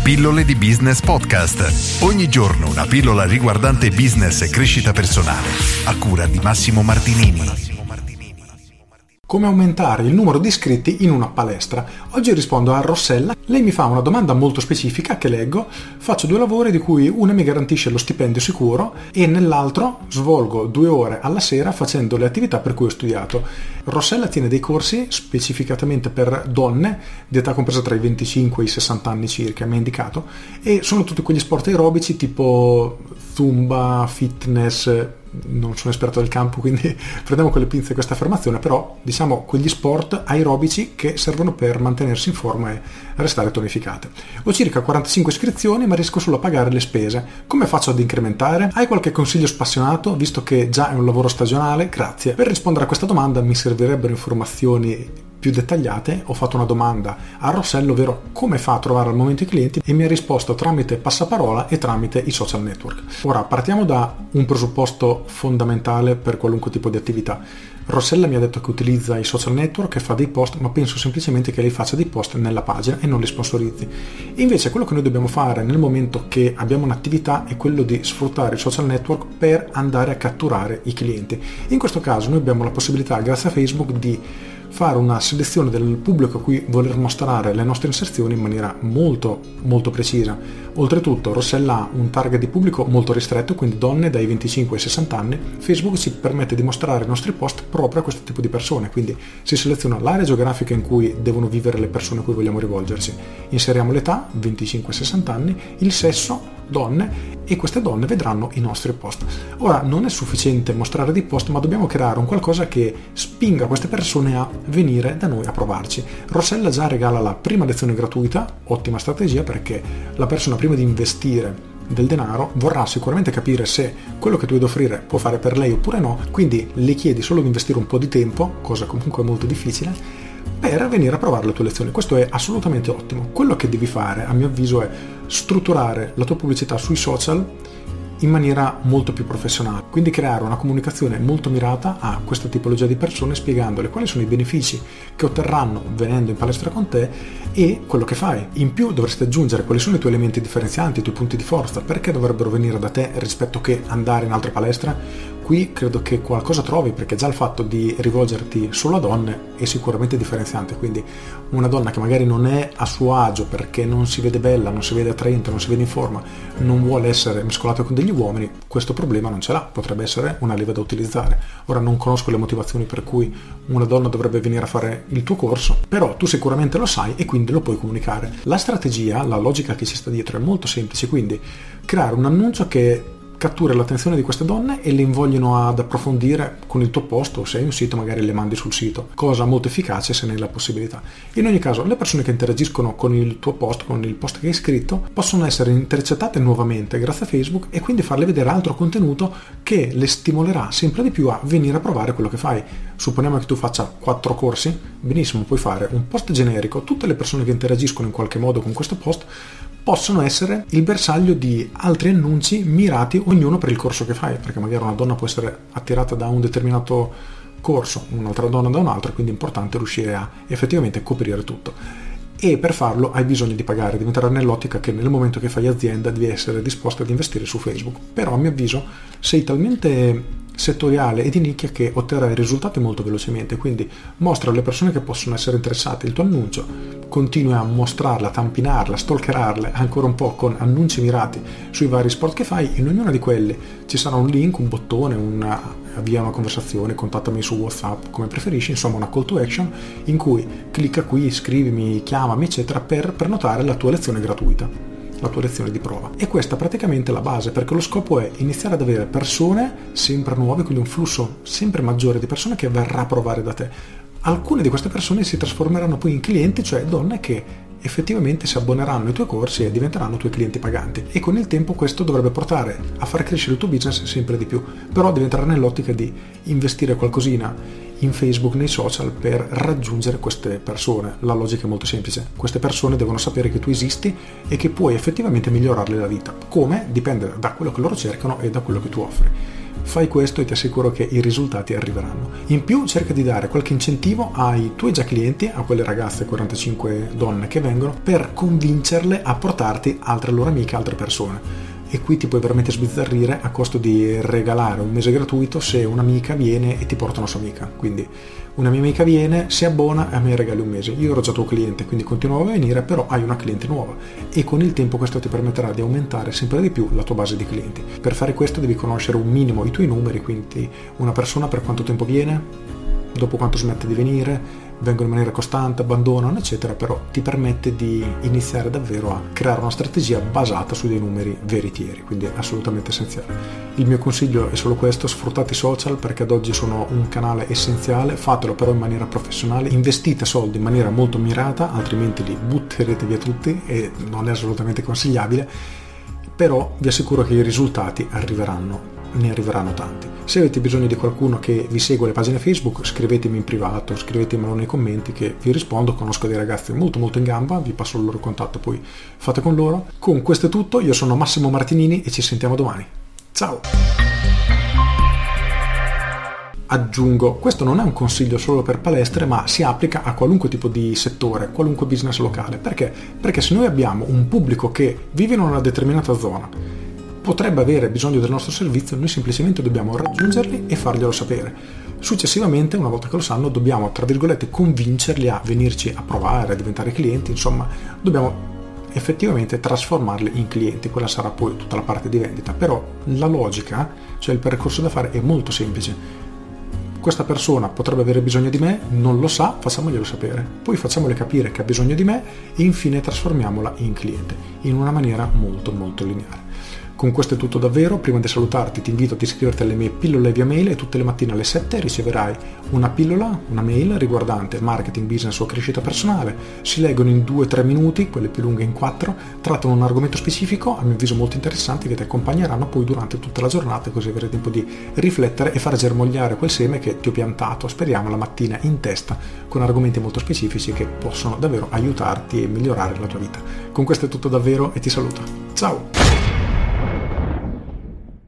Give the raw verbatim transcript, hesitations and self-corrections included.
Pillole di Business Podcast. Ogni giorno una pillola riguardante business e crescita personale. A cura di Massimo Martinini. Come aumentare il numero di iscritti in una palestra? Oggi rispondo a Rossella. Lei mi fa una domanda molto specifica che leggo. Faccio due lavori di cui una mi garantisce lo stipendio sicuro e nell'altro svolgo due ore alla sera facendo le attività per cui ho studiato. Rossella tiene dei corsi specificatamente per donne di età compresa tra i venticinque e i sessanta anni circa, mi ha indicato, e sono tutti quegli sport aerobici tipo zumba, fitness. Non sono esperto del campo, quindi prendiamo con le pinze questa affermazione, però diciamo quegli sport aerobici che servono per mantenersi in forma e restare tonificate. Ho circa quarantacinque iscrizioni, ma riesco solo a pagare le spese. Come faccio ad incrementare? Hai qualche consiglio spassionato, visto che già è un lavoro stagionale? Grazie. Per rispondere a questa domanda mi servirebbero informazioni più dettagliate. Ho fatto una domanda a Rossella, ovvero come fa a trovare al momento i clienti, e mi ha risposto tramite passaparola e tramite i social network. Ora partiamo da un presupposto fondamentale per qualunque tipo di attività. Rossella mi ha detto che utilizza i social network e fa dei post, ma penso semplicemente che lei faccia dei post nella pagina e non li sponsorizzi. E invece quello che noi dobbiamo fare nel momento che abbiamo un'attività è quello di sfruttare i social network per andare a catturare i clienti. In questo caso noi abbiamo la possibilità, grazie a Facebook, di fare una selezione del pubblico a cui voler mostrare le nostre inserzioni in maniera molto molto precisa. Oltretutto Rossella ha un target di pubblico molto ristretto, quindi donne dai venticinque ai sessanta anni. Facebook ci permette di mostrare i nostri post proprio a questo tipo di persone, quindi si seleziona l'area geografica in cui devono vivere le persone a cui vogliamo rivolgerci, inseriamo l'età, venticinque sessanta anni, il sesso, donne, e queste donne vedranno i nostri post. Ora non è sufficiente mostrare dei post, ma dobbiamo creare un qualcosa che spinga queste persone a venire da noi a provarci. Rossella già regala la prima lezione gratuita, ottima strategia, perché la persona prima di investire del denaro vorrà sicuramente capire se quello che tu hai da offrire può fare per lei oppure no, quindi le chiedi solo di investire un po' di tempo, cosa comunque molto difficile, per venire a provare le tue lezioni. Questo è assolutamente ottimo. Quello che devi fare, a mio avviso, è strutturare la tua pubblicità sui social in maniera molto più professionale, quindi creare una comunicazione molto mirata a questa tipologia di persone, spiegandole quali sono i benefici che otterranno venendo in palestra con te e quello che fai. In più dovresti aggiungere quali sono i tuoi elementi differenzianti, i tuoi punti di forza, perché dovrebbero venire da te rispetto che andare in altre palestre. Qui credo che qualcosa trovi, perché già il fatto di rivolgerti solo a donne è sicuramente differenziante, quindi una donna che magari non è a suo agio perché non si vede bella, non si vede attraente, non si vede in forma, non vuole essere mescolata con degli uomini, questo problema non ce l'ha, potrebbe essere una leva da utilizzare. Ora non conosco le motivazioni per cui una donna dovrebbe venire a fare il tuo corso, però tu sicuramente lo sai e quindi lo puoi comunicare. La strategia, la logica che ci sta dietro è molto semplice, quindi creare un annuncio che cattura l'attenzione di queste donne e le invogliono ad approfondire con il tuo post, o se hai un sito magari le mandi sul sito, cosa molto efficace se ne hai la possibilità. In ogni caso le persone che interagiscono con il tuo post, con il post che hai scritto, possono essere intercettate nuovamente grazie a Facebook e quindi farle vedere altro contenuto che le stimolerà sempre di più a venire a provare quello che fai. Supponiamo che tu faccia quattro corsi, benissimo, puoi fare un post generico, tutte le persone che interagiscono in qualche modo con questo post possono essere il bersaglio di altri annunci mirati ognuno per il corso che fai, perché magari una donna può essere attirata da un determinato corso, un'altra donna da un altro, quindi è importante riuscire a effettivamente coprire tutto. E per farlo hai bisogno di pagare, devi entrare nell'ottica che nel momento che fai azienda devi essere disposto ad investire su Facebook. Però a mio avviso sei talmente settoriale e di nicchia che otterrai risultati molto velocemente, quindi mostra alle persone che possono essere interessate il tuo annuncio, continui a mostrarla, tampinarla, stalkerarle ancora un po' con annunci mirati sui vari sport che fai. In ognuna di quelli ci sarà un link, un bottone, un avvia una conversazione, contattami su WhatsApp, come preferisci, insomma una call to action in cui clicca qui, scrivimi, chiamami eccetera per prenotare la tua lezione gratuita, la tua lezione di prova. E questa è praticamente la base, perché lo scopo è iniziare ad avere persone sempre nuove, quindi un flusso sempre maggiore di persone che verrà a provare da te. Alcune di queste persone si trasformeranno poi in clienti, cioè donne che effettivamente si abboneranno ai tuoi corsi e diventeranno tuoi clienti paganti, e con il tempo questo dovrebbe portare a far crescere il tuo business sempre di più. Però devi entrare nell'ottica di investire qualcosina in Facebook, nei social, per raggiungere queste persone. La logica è molto semplice: queste persone devono sapere che tu esisti e che puoi effettivamente migliorarle la vita. Come? Dipende da quello che loro cercano e da quello che tu offri. Fai questo e ti assicuro che i risultati arriveranno. In più cerca di dare qualche incentivo ai tuoi già clienti, a quelle ragazze quarantacinque donne che vengono, per convincerle a portarti altre loro amiche, altre persone. E qui ti puoi veramente sbizzarrire a costo di regalare un mese gratuito se un'amica viene e ti porta una sua amica. Quindi una mia amica viene, si abbona e a me regali un mese. Io ero già tuo cliente, quindi continuavo a venire, però hai una cliente nuova e con il tempo questo ti permetterà di aumentare sempre di più la tua base di clienti. Per fare questo devi conoscere un minimo i tuoi numeri, quindi una persona per quanto tempo viene, dopo quanto smette di venire, vengono in maniera costante, abbandonano, eccetera, però ti permette di iniziare davvero a creare una strategia basata su dei numeri veritieri, quindi è assolutamente essenziale. Il mio consiglio è solo questo: sfruttate i social perché ad oggi sono un canale essenziale, fatelo però in maniera professionale, investite soldi in maniera molto mirata, altrimenti li butterete via tutti e non è assolutamente consigliabile, però vi assicuro che i risultati arriveranno. Ne arriveranno tanti. Se avete bisogno di qualcuno che vi segue le pagine Facebook, scrivetemi in privato, scrivetemelo nei commenti che vi rispondo. Conosco dei ragazzi molto molto in gamba, vi passo il loro contatto, poi fate con loro. Con questo è tutto, io sono Massimo Martinini e ci sentiamo domani. Ciao! Aggiungo, questo non è un consiglio solo per palestre, ma si applica a qualunque tipo di settore, qualunque business locale. Perché? Perché se noi abbiamo un pubblico che vive in una determinata zona, potrebbe avere bisogno del nostro servizio, noi semplicemente dobbiamo raggiungerli e farglielo sapere. Successivamente, una volta che lo sanno, dobbiamo, tra virgolette, convincerli a venirci a provare, a diventare clienti, insomma, dobbiamo effettivamente trasformarli in clienti. Quella sarà poi tutta la parte di vendita. Però la logica, cioè il percorso da fare, è molto semplice. Questa persona potrebbe avere bisogno di me, non lo sa, facciamoglielo sapere. Poi facciamole capire che ha bisogno di me e infine trasformiamola in cliente, in una maniera molto molto lineare. Con questo è tutto davvero. Prima di salutarti ti invito ad iscriverti alle mie pillole via mail e tutte le mattine alle sette riceverai una pillola, una mail riguardante marketing, business o crescita personale. Si leggono in due tre minuti, quelle più lunghe in quattro, trattano un argomento specifico, a mio avviso molto interessante, che ti accompagneranno poi durante tutta la giornata, così avrai tempo di riflettere e far germogliare quel seme che ti ho piantato, speriamo, la mattina in testa, con argomenti molto specifici che possono davvero aiutarti e migliorare la tua vita. Con questo è tutto davvero e ti saluto. Ciao!